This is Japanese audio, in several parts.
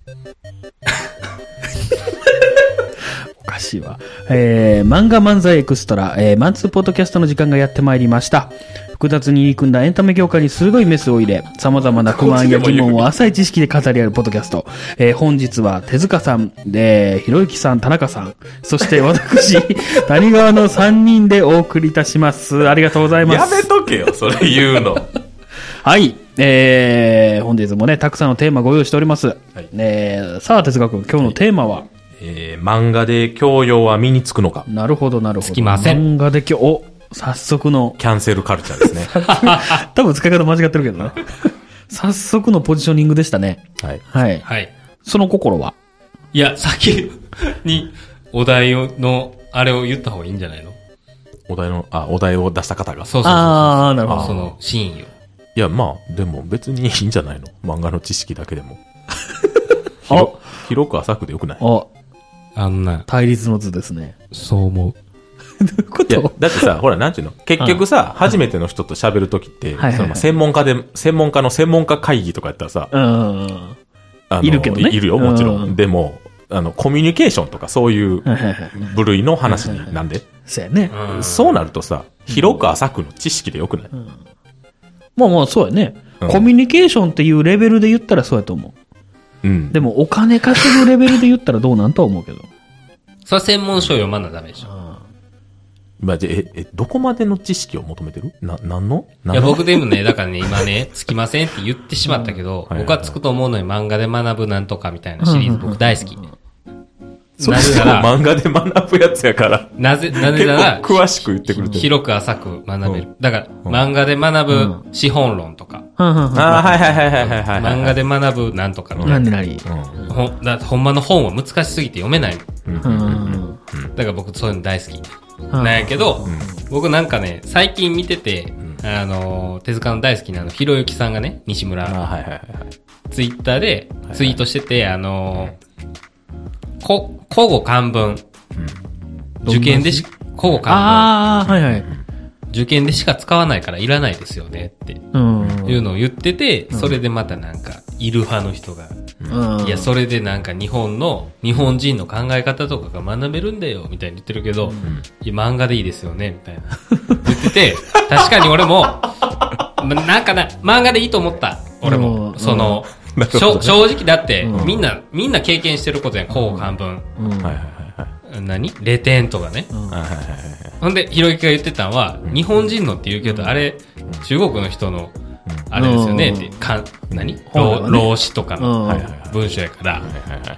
おかしいわ。漫画漫才エクストラ、マンツーポッドキャストの時間がやってまいりました。複雑に入り組んだエンタメ業界に鋭いメスを入れ、様々な不満や疑問を浅い知識で語り合うポッドキャスト。本日は手塚さん、ひろゆきさん、田中さん、そして私、谷川の3人でお送りいたします。ありがとうございます。 やめとけよ、それ言うの。 はい。本日もね、たくさんのテーマご用意しております。はい、さあ、哲学君、今日のテーマは、 漫画で教養は身につくのか。 なるほど、なるほど。 つきません。 漫画で早速の。 キャンセルカルチャーですね。 多分使い方間違ってるけどね。早速のポジショニングでしたね。 はい。 はい。 はい。 その心は？ いや、先にお題の、あれを言った方がいいんじゃないの？ お題を出した方が。 そうそうそう。 ああ、なるほど。 そのシーンよ。 いや、まあ、でも別にいいんじゃないの？漫画の知識だけでも。広く浅くでよくない？ あんな。 対立の図ですね。 そう思う。 どういうこいや、 と？ だってさ、ほら、なんちゅうの？結局さ、初めての人と喋るときって、専門家の専門家会議とかやったらさ、いるけどね。 いるよ、もちろん。でも、コミュニケーションとかそういう部類の話になんで。 そうやね。 そうなるとさ、広く浅くの知識でよくない？ まあまあ、そうやね。コミュニケーションっていうレベルで言ったらそうやと思う。でも、お金稼ぐレベルで言ったらどうなんとは思うけど。 それは専門書読まなダメでしょ。 まあ、どこまでの知識を求めてる？何の？ いや、僕でもね、だからね、今ね、つきませんって言ってしまったけど、僕はつくと思うのに漫画で学ぶなんとかみたいなシリーズ僕大好き。 なぜなら、漫画で学ぶやつやから。 なぜなら、 詳しく言ってくれてる。 広く浅く学べる。だから、漫画で学ぶ資本論とか。 はいはいはいはい。 漫画で学ぶなんとかみたいな。ほんまの本は難しすぎて読めない。だから僕そういうの大好き。なんやけど、僕なんかね、最近見てて、手塚の大好きなひろゆきさんがね、西村、ツイッターでツイートしてて、古語漢文、受験で古語漢文、受験でしか使わないからいらないですよねっていうのを言ってて、それでまたなんかいる派の人が、いやそれでなんか日本人の考え方とかが学べるんだよみたいに言ってるけど、いや漫画でいいですよねみたいな言ってて、確かに俺もなんか漫画でいいと思った。俺も正直だって、みんな経験してることやん、古語漢文。レテンとかね。ほんで、ひろゆきが言ってたのは、日本人のって言うけど、あれ、中国の人の、あれですよねって、老子とかの文章やから、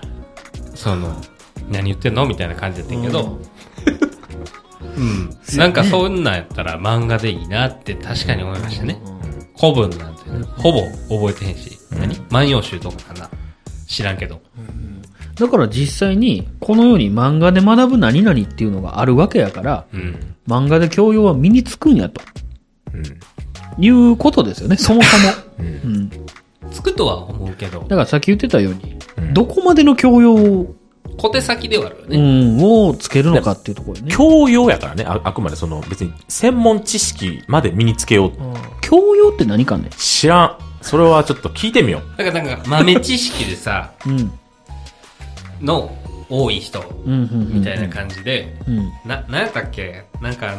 何言ってんのみたいな感じだったけど、なんかそんなんやったら漫画でいいなって確かに思いましたね。古文なんてね、ほぼ覚えてへんし、万葉集とかかな知らんけど。 だから実際に、このように漫画で学ぶ何々っていうのがあるわけやから、漫画で教養は身につくんやと。いうことですよね、そもそも。 つくとは思うけど。 だからさっき言ってたように、どこまでの教養を、 小手先ではあるよね。 をつけるのかっていうところね。 教養やからね、あくまで別に専門知識まで身につけよう。 教養って何かね？ 知らん。それはちょっと聞いてみよう。 だからなんか豆知識でさ、の多い人みたいな感じで、なんやったっけ？なんか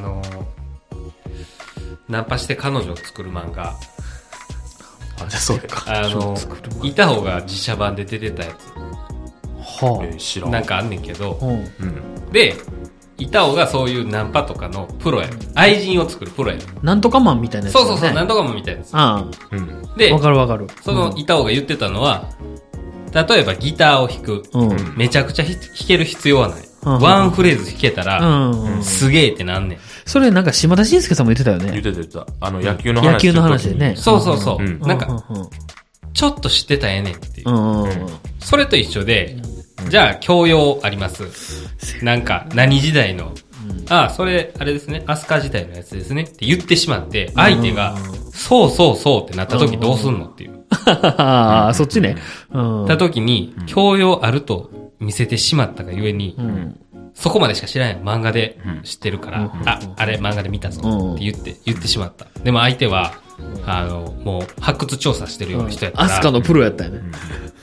ナンパして彼女を作る漫画。 それか。 いた方が実写版で出てたやつ。 知らん。 なんかあんねんけど、で、板尾がそういうナンパとかのプロやる。愛人を作るプロやる。 なんとかマンみたいなやつ、ね。 そう、なんとかマンみたいなやつ。で、 わかる。 その板尾が言ってたのは、例えばギターを弾く。めちゃくちゃ弾ける必要はない。ワンフレーズ弾けたら、すげえってなんねん。 それなんか島田紳介さんも言ってたよね。 言ってた。野球の話でね。 そう。なんか、ちょっと知ってたらええねんっていう。それと一緒で、じゃあ教養あります。なんか何時代の、それあれですね、飛鳥時代のやつですねって言ってしまって、相手がそうってなった時どうすんのっていう。 そっちね。 た時に教養あると見せてしまったがゆえに、そこまでしか知らない。漫画で知ってるから、あれ漫画で見たぞって言ってしまった。でも相手はもう発掘調査してるような人やったら。 飛鳥のプロやったよね。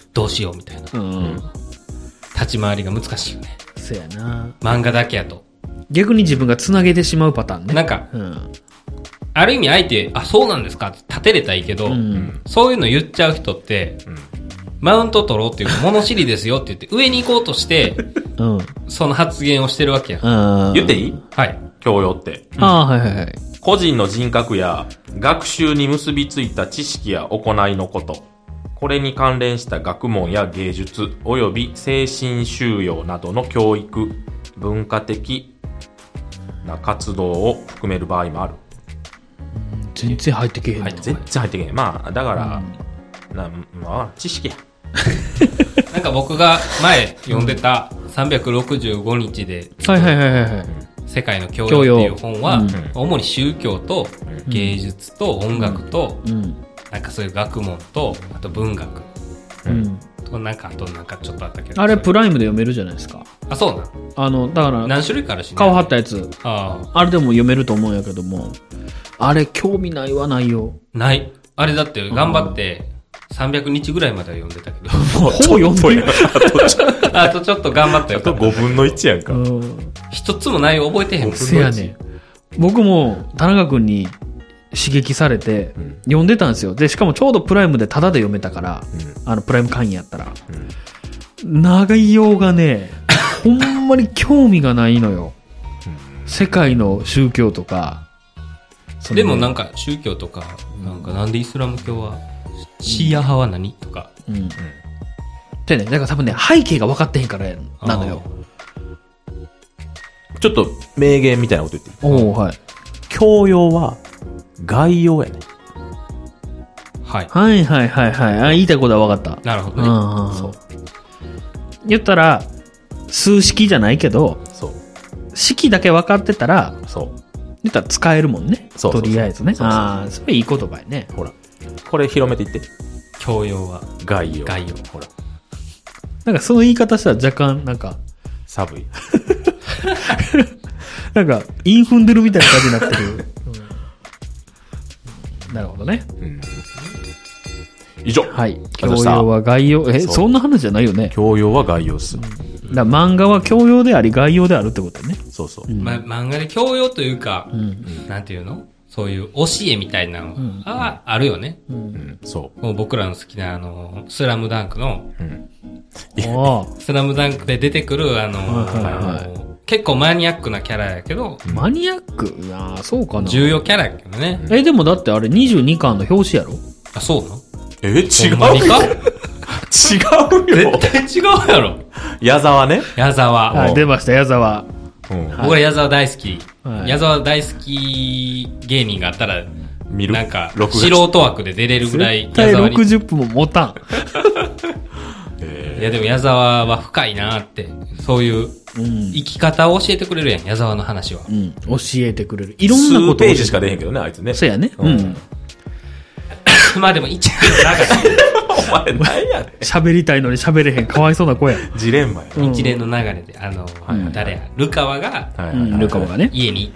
どうしようみたいな。立ち回りが難しいよね。 そうやな。 漫画だけやと。 逆に自分が繋げてしまうパターンね。 なんか、ある意味相手、あ、そうなんですかって立てれたらいいけど、そういうの言っちゃう人って、マウント取ろうっていうか、物知りですよって言って、上に行こうとして、その発言をしてるわけや。 言っていい？ はい。 教養って。 はいはいはい。 個人の人格や学習に結びついた知識や行いのこと。これに関連した学問や芸術及び精神修養などの教育、文化的な活動を含める場合もある。 全然入ってけへん。 全然入ってけへん。まあ、だから、まあ、知識や。 なんか僕が前読んでた365日で、世界の教養っていう本は、主に宗教と芸術と音楽と、なんかそういう学問と、あと文学。と、なんか、あとなんかちょっとあったけど。 あれプライムで読めるじゃないですか。 あ、そうな。 だから、 何種類かあるしね。 顔貼ったやつ。あれでも読めると思うんやけども、あれ興味ないわ、内容。 ない。あれだって頑張って、300日ぐらいまでは読んでたけど。 もう読んでる。 あとちょっと頑張ったよ。 あと5分の1やんか。 一つも内容覚えてへん。 せやね。僕も田中君に刺激されて読んでたんですよ。で、しかもちょうどプライムでタダで読めたから、プライム会員やったら。内容がね、ほんまに興味がないのよ。世界の宗教とか。 でもなんか宗教とか、なんでイスラム教は、シーア派は何とか。 でね、だから多分ね、背景が分かってへんからなのよ。 ちょっと名言みたいなこと言っていい？ はい。 教養は概要やね。 はい。 はいはいはいはい。言いたいことは分かった。 なるほどね。そう。 言ったら、数式じゃないけど、式だけ分かってたら、言ったら使えるもんね。とりあえずね。それいい言葉やね。 ほら。これ広めていって。 教養は概要。 ほら。なんかその言い方したら若干、なんか。 寒い。 なんか、イン踏んでるみたいな感じになってる。なるほどね。 以上。 はい。教養は概要。そんな話じゃないよね。 教養は概要っす。 だ漫画は教養であり概要であるってことね。 そうそう。 漫画で教養というか、なんていうの？そういう教えみたいなのがあるよね。 そう。 もう僕らの好きなスラムダンクの、スラムダンクで出てくる結構マニアックなキャラやけど。 マニアック？いやそうかな。 重要キャラやけどね。 でもだってあれ22巻の表紙やろ？ あ、そうなの？ 違うか？違うよ。 絶対違うやろ。 矢沢ね。 矢沢。 出ました、矢沢。 僕ら矢沢大好き。矢沢大好き芸人があったら、なんか、素人枠で出れるぐらい矢沢に。絶対60分も持たん。 いやでも矢沢は深いなって、そういう生き方を教えてくれるやん、矢沢の話は。 教えてくれる。いろんなことを。 数ページしか出へんけどね、あいつね。 そうやね。 まあでも一連の流れ。 お前何やねん。 喋りたいのに喋れへん、かわいそうな子や。 ジレンマや。 一連の流れで、誰や、ルカワが、家に行って、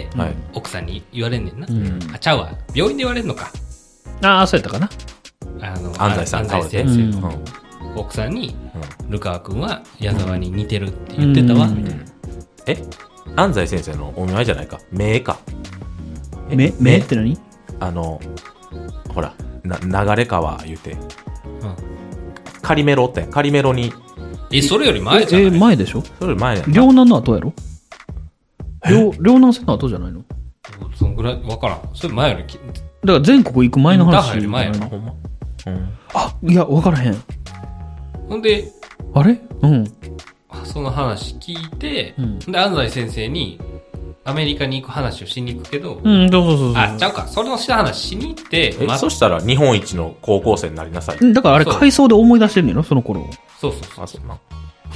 奥さんに言われんねんな。あ、ちゃうわ。病院で言われんのか。 そうやったかな。 安西先生の奥さんに、ルカワくんは矢沢に似てるって言ってたわ、みたいな。安西先生のお見舞いじゃないか。目か。 目って何？ ほら、流れ川言うて。カリメロって、カリメロに。 それより前じゃない？ 前でしょ？ それより前やん。 両南の後やろ？両南線の後じゃないの？ そんぐらい、わからん。それ前より。 だから全国行く前の話。 より前やな。 ほんま。 いや、わからへん。 ほんで、 あれ？ その話聞いて、で、安西先生に、アメリカに行く話をしに行くけど、 そう。 ちゃうか、それのした話しに行って、 そしたら日本一の高校生になりなさい。 だからあれ回想で思い出してんねんのその頃。 そう。 あ、そうな。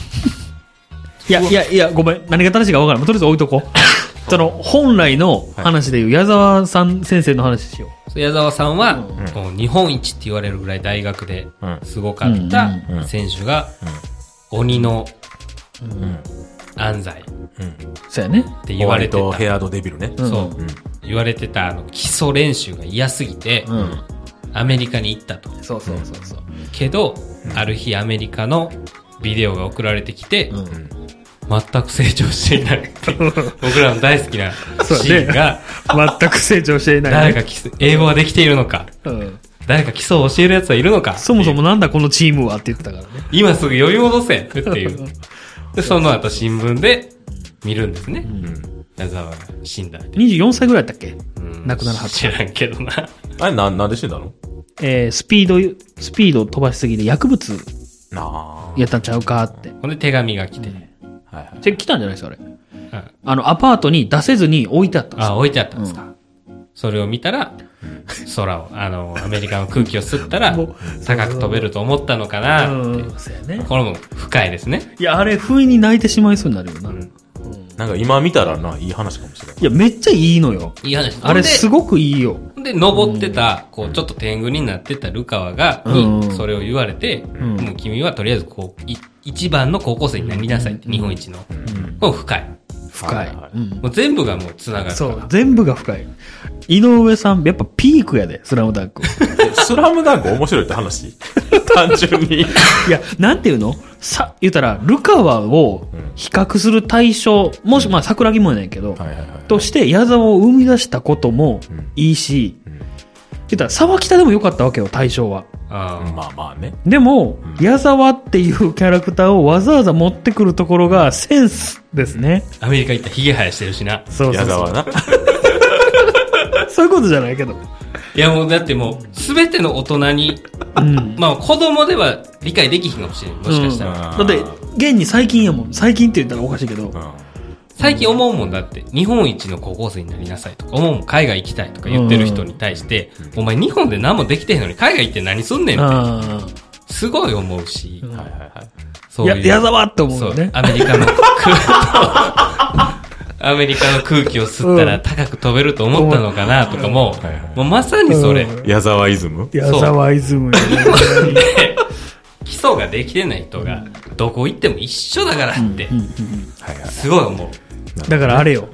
いや、ごめん。何が正しいかわからん。とりあえず置いとこう。その、本来の話でいう矢沢さん先生の話しよう。矢沢さんは、日本一って言われるぐらい大学ですごかった選手が、鬼の安西。 そうやね。 って言われてた。 ヘアドデビルね。 そう。言われてた基礎練習が嫌すぎて、アメリカに行ったと。 そう。 けど、 ある日アメリカのビデオが送られてきて、全く成長していない僕らの大好きなシーンが、 全く成長していない、 誰か英語はできているのか、誰か基礎を教えるやつはいるのか、 そもそもなんだこのチームはって言ってたからね。 今すぐ呼び戻せっていうで、その後新聞で見るんですね。矢沢が死んだ。 24歳ぐらいだったっけ？亡くなるはず。 知らんけどな。 あれなんで死んだの？ スピード飛ばしすぎで薬物やったんちゃうかって。 ほんで手紙が来て。 はいはい。来たんじゃないですか、あれ。アパートに出せずに置いてあったんですよ。 置いてあったんですか。それを見たら、空を、アメリカの空気を吸ったら、高く飛べると思ったのかなって。これも深いですね。 いや、あれ、不意に泣いてしまいそうになるよな。 なんか今見たらな、いい話かもしれない。 いや、めっちゃいいのよ。 いい話。 あれすごくいいよ。 で、登ってた、こう、ちょっと天狗になってたルカワが、それを言われて、もう君はとりあえずこう、一番の高校生になりなさいって、日本一の。これ深い。 深い。 もう全部がもう繋がる。 そう、全部が深い。井上さん、やっぱピークやで、スラムダンク。 スラムダンク面白いって話単純に。いや、なんていうの言ったら、ルカワを比較する対象、もし、まあ、桜木もやねんけど、として矢沢を生み出したこともいいし、言ったら、沢北でもよかったわけよ、対象は。 まあまあね。 でも、矢沢っていうキャラクターをわざわざ持ってくるところがセンスですね。 アメリカ行ったらヒゲ生やしてるしな。 そう矢沢な。 そういうことじゃないけど。 いやもうだってもう、すべての大人に、まあ子供では理解できひんかもしれん。もしかしたら。 だって、現に最近やもん。最近って言ったらおかしいけど。 最近思うもんだって、日本一の高校生になりなさいとか、思うもん海外行きたいとか言ってる人に対して、お前日本で何もできてへんのに海外行って何すんねんって。すごい思うし。 そういう。矢沢って思うよね。 アメリカの空気を吸ったら高く飛べると思ったのかなとかも、もうまさにそれ。 矢沢イズム？ 矢沢イズムやね。基礎ができてない人がどこ行っても一緒だからって、すごい思う。 だからあれよ、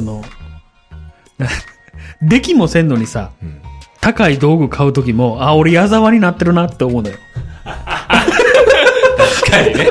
できもせんのにさ、高い道具買うときも、俺矢沢になってるなって思うのよ。 確かにね。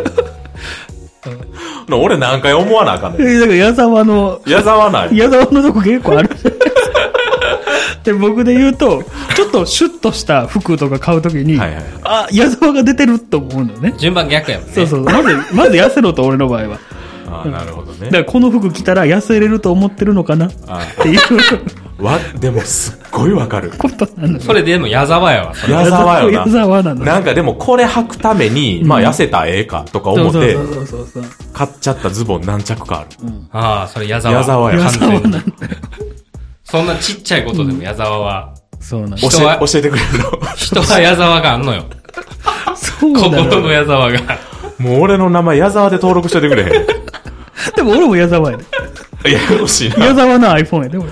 俺何回思わなあかんねん。 だから矢沢のとこ結構あるじゃん。で、僕で言うと、ちょっとシュッとした服とか買うときに、矢沢が出てるって思うのよね。 順番逆やもんね。 そうそう。まず痩せろと、俺の場合は。 なるほどね。 だからこの服着たら痩せれると思ってるのかなっていう。 でもすっごいわかる。 ことなの。 それでも矢沢やわ。 矢沢よな。 矢沢なの。 なんかでもこれ履くために、まあ痩せたらええかとか思って、買っちゃったズボン何着かある。 ああ、それ矢沢。 矢沢や。 矢沢なんだよ。 そんなちっちゃいことでも矢沢は。 そうなんだ。 教えてくれるの。 人は矢沢があんのよ。 そうなんだ。 心の矢沢が。 もう俺の名前矢沢で登録しといてくれへん。 でも俺も矢沢やで。 ややこしいな。 矢沢の iPhone やで、俺。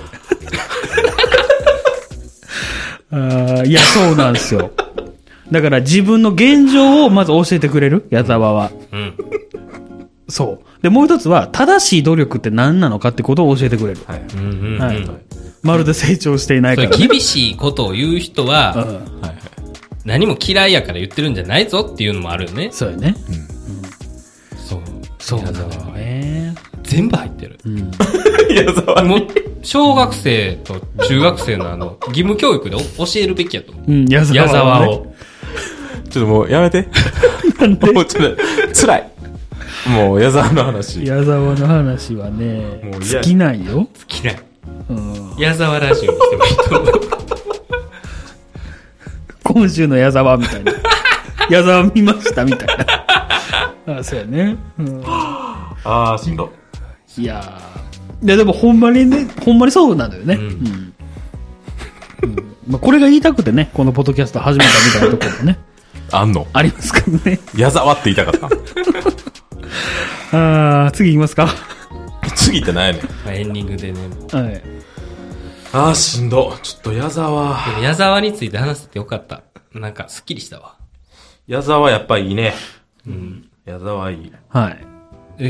いや、そうなんですよ。だから自分の現状をまず教えてくれる矢沢は。そう。で、もう一つは、正しい努力って何なのかってことを教えてくれる。はい。まるで成長していないから、ね。 厳しいことを言う人は、何も嫌いやから言ってるんじゃないぞっていうのもあるよね。 そうよね。 そう。 そうなんだよね。 全部入ってる。 矢沢もう、小学生と中学生の義務教育で教えるべきやと。 矢沢を。 ちょっともうやめて。もうちょっと、辛い。もう矢沢の話。 矢沢の話はね、もう尽きないよ。 尽きない。矢沢ラジオにしてもいいと思う。 今週の矢沢みたいな。矢沢見ましたみたいな。そうやね。 しんど。 いやでもほんまにね、ほんまにそうなんだよね。まあこれが言いたくてね、このポッドキャスト始めたみたいなところもね。 あんのありますからね。 矢沢って言いたかった。 次行きますか。 次って何やねん。 エンディングでね。 はい。しんど。ちょっと矢沢。 でも矢沢について話せてよかった。なんか、すっきりしたわ。 矢沢やっぱいいね。矢沢いい。 はい。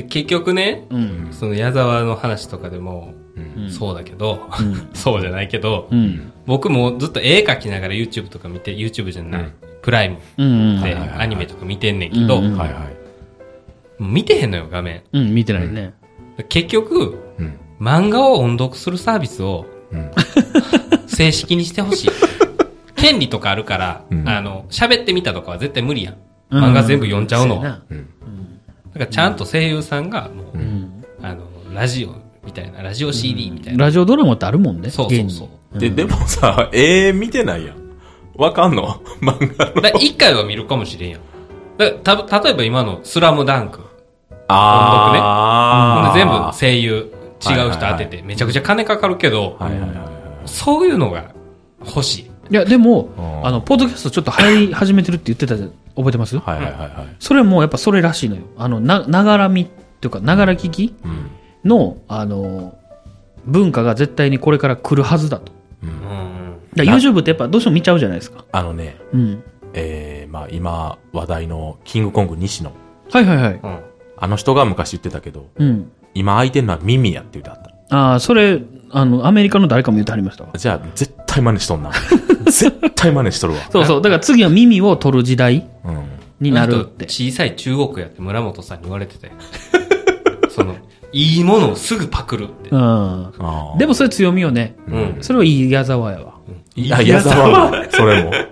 結局ね、その矢沢の話とかでも、そうだけど、そうじゃないけど、僕もずっと絵描きながら YouTube とか見て、YouTube じゃない。 プライムでアニメとか見てんねんけど、見てへんのよ、画面。 見てないね。 結局、漫画を音読するサービスを、正式にしてほしい。権利とかあるから、喋ってみたとかは絶対無理やん。漫画全部読んじゃうの。だからちゃんと声優さんが、もう、ラジオみたいな、ラジオ CD みたいな。 ラジオドラマってあるもんね。 そうそうそう。 でもさ、見てないやん。わかんの漫画の。 一回は見るかもしれんやん。例えば今のスラムダンク。 ああ。全部声優、違う人当てて、めちゃくちゃ金かかるけど、そういうのが欲しい。 いや、でも、ポッドキャストちょっと入り始めてるって言ってたじゃん。覚えてます？それもやっぱそれらしいのよ。ながらみっていうか、ながら聞きの、文化が絶対にこれから来るはずだと。YouTube ってやっぱどうしても見ちゃうじゃないですか。 まあ今話題のキングコング西野。 はいはいはい。 あの人が昔言ってたけど、今空いてるのは耳やって言ってあった。 ああ、それ、アメリカの誰かも言ってはりましたわ。 じゃあ、絶対真似しとんな。絶対真似しとるわ。 そうそう。だから次は耳を取る時代になるって。 小さい中国やって村本さんに言われてて。いいものをすぐパクるって。 でもそれ強みよね。それはいい矢沢やわ。 矢沢それも。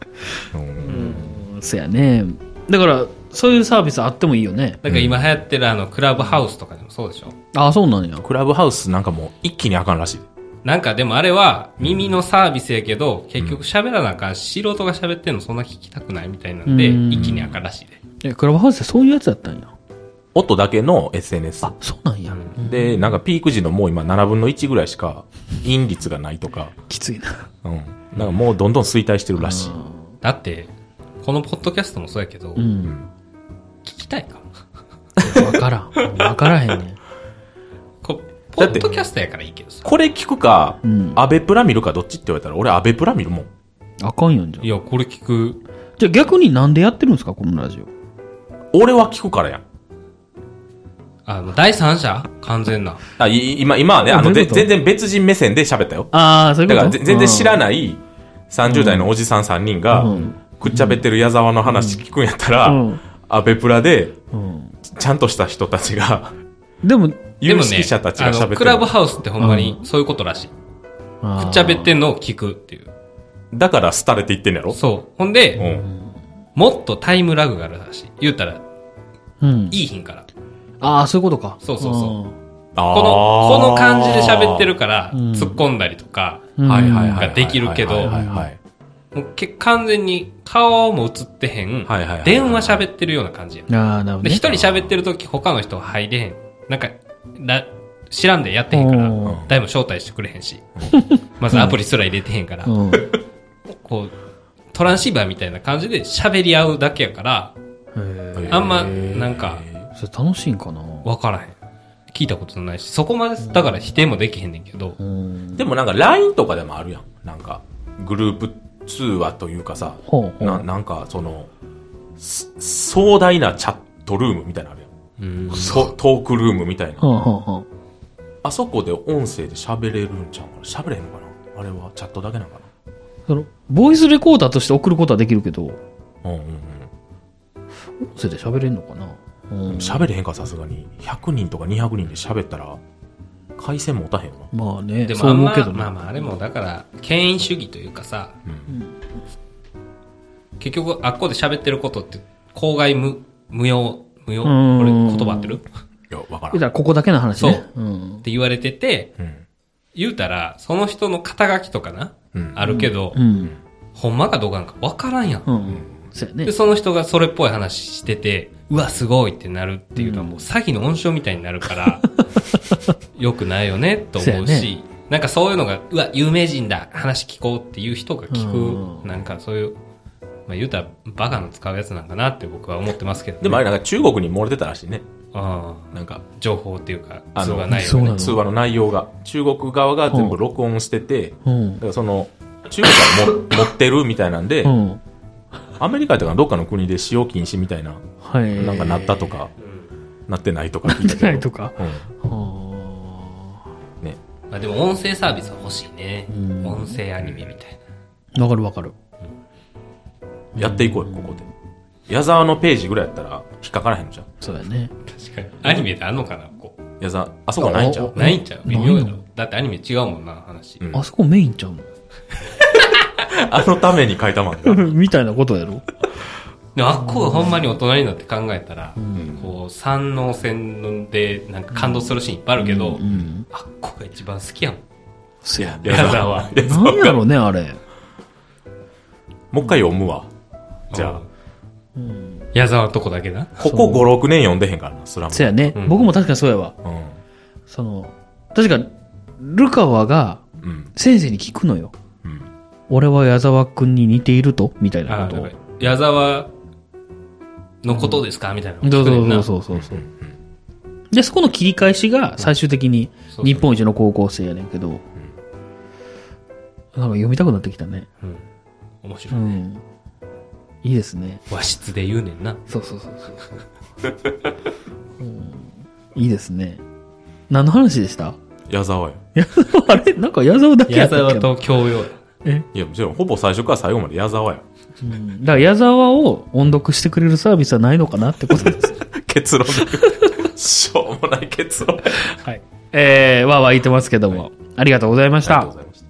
そやね。だから、そういうサービスあってもいいよね。 だから今流行ってるクラブハウスとかでもそうでしょ。 ああ、そうなんや。 クラブハウスなんかもう一気にあかんらしい。 なんかでもあれは耳のサービスやけど、結局喋らなあかんし、素人が喋ってんのそんな聞きたくないみたいなんで、一気にあかんらしいで。 クラブハウスってそういうやつだったんや。 音だけの SNS。 あ、そうなんや。 で、なんかピーク時のもう今7分の1ぐらいしか、陰率がないとか。 きついな。 なんかもうどんどん衰退してるらしい。 だって、このポッドキャストもそうやけど、聞きたいかわからん。わからへんね。 ポッドキャストやからいいけどさ。 これ聞くか、アベプラ見るかどっちって言われたら、俺アベプラ見るもん。 あかんやんじゃん。 いや、これ聞く。 じゃあ逆になんでやってるんですか、このラジオ。俺は聞くからやん。 第三者完全な。 今はね、全然別人目線で喋ったよ。 ああ、そういうこと。 だから全然知らない30代のおじさん3人が、くっちゃべってる矢沢の話聞くんやったら、アベプラで、ちゃんとした人たちが、 でも、 有識者たちが喋ってる。 クラブハウスってほんまにそういうことらしい。くっちゃべってんのを聞くっていう。 だから廃れていってんやろ？ そう。ほんで、もっとタイムラグがあるらしい。言うたら、いい品から。 ああ、そういうことか。 そうそうそう。この感じで喋ってるから、突っ込んだりとか、ができるけど、完全に顔も映ってへん、電話喋ってるような感じや。で、一人喋ってるとき他の人は入れへん。なんか、知らんでやってへんから、誰も招待してくれへんし、まずアプリすら入れてへんから、こう、トランシーバーみたいな感じで喋り合うだけやから、あんま、なんか、 それ楽しいんかな？ わからへん。聞いたことないし、そこまで、だから否定もできへんねんけど。 でもなんか LINE とかでもあるやん。なんか、グループ通話というかさ、なんか壮大なチャットルームみたいなのあるやん。トークルームみたいな。あそこで音声で喋れるんちゃうかな？喋れへんのかな？あれはチャットだけなのかな？ ボイスレコーダーとして送ることはできるけど、音声で喋れんのかな？ 喋れへんか、さすがに。100人とか200人で喋ったら、回線持たへんわ。 まあね、 でもそう思うけどね。まああれもだから、権威主義というかさ、結局、あっこで喋ってることって、公害無用、これ言葉合ってる？ いや、わからん。 じゃあここだけの話ね。 そう。って言われてて、言うたら、その人の肩書きとかな、あるけど、ほんまかどうかなんかわからんやん。で、その人がそれっぽい話してて、うわ、すごいってなるっていうのはもう詐欺の温床みたいになるから、良くないよね、と思うし、なんかそういうのが、うわ、有名人だ、話聞こうっていう人が聞く、なんかそういう、まあ言うたらバカの使うやつなんかなって僕は思ってますけど、ね。 でもあれなんか中国に漏れてたらしいね。なんか、 情報っていうか、通話内容、 ね。通話の内容が。中国側が全部録音してて、だからその、中国が持ってるみたいなんで、アメリカとかどっかの国で使用禁止みたいな、なんかなったとか、なってないとか聞いたけど。なってないとか。 ね。まあでも音声サービスは欲しいね。音声アニメみたいな。わかるわかる。 やっていこうよ、ここで。矢沢のページぐらいやったら引っかからへんのじゃん。 そうやね。 確かに。アニメであんのかな、ここ。 矢沢、あそこないんちゃう？ ないんちゃう？微妙やろ。だってアニメ違うもんな、話。 あそこメインちゃうのあのために書いた漫画。 みたいなことやろ。 でもあっこがほんまに大人になって考えたら、こう、三能線でなんか感動するシーンいっぱいあるけど、あっこが一番好きやもん。 そうやね。 矢沢。 なんやろね、あれ。 もう一回読むわ。じゃあ。 矢沢のとこだけな。 ここ5、6年読んでへんからな、スラム。 そうやね。僕も確かにそうやわ。確か、ルカワが、先生に聞くのよ。俺は矢沢くんに似ているとみたいなことを。 矢沢のことですかみたいな。 そう。で、そこの切り返しが最終的に日本一の高校生やねんけど、なんか読みたくなってきたね。 面白いね。 いいですね。 和室で言うねんな。 そう。いいですね。何の話でした？ 矢沢や。 あれなんか矢沢だけやったっけ？ 矢沢と教養や。 いや、もちろんほぼ最初から最後まで矢沢や。 だから矢沢を音読してくれるサービスはないのかなってことです。 結論しょうもない結論。 はい。わーわー言ってますけども、ありがとうございました。 ありがとうございました。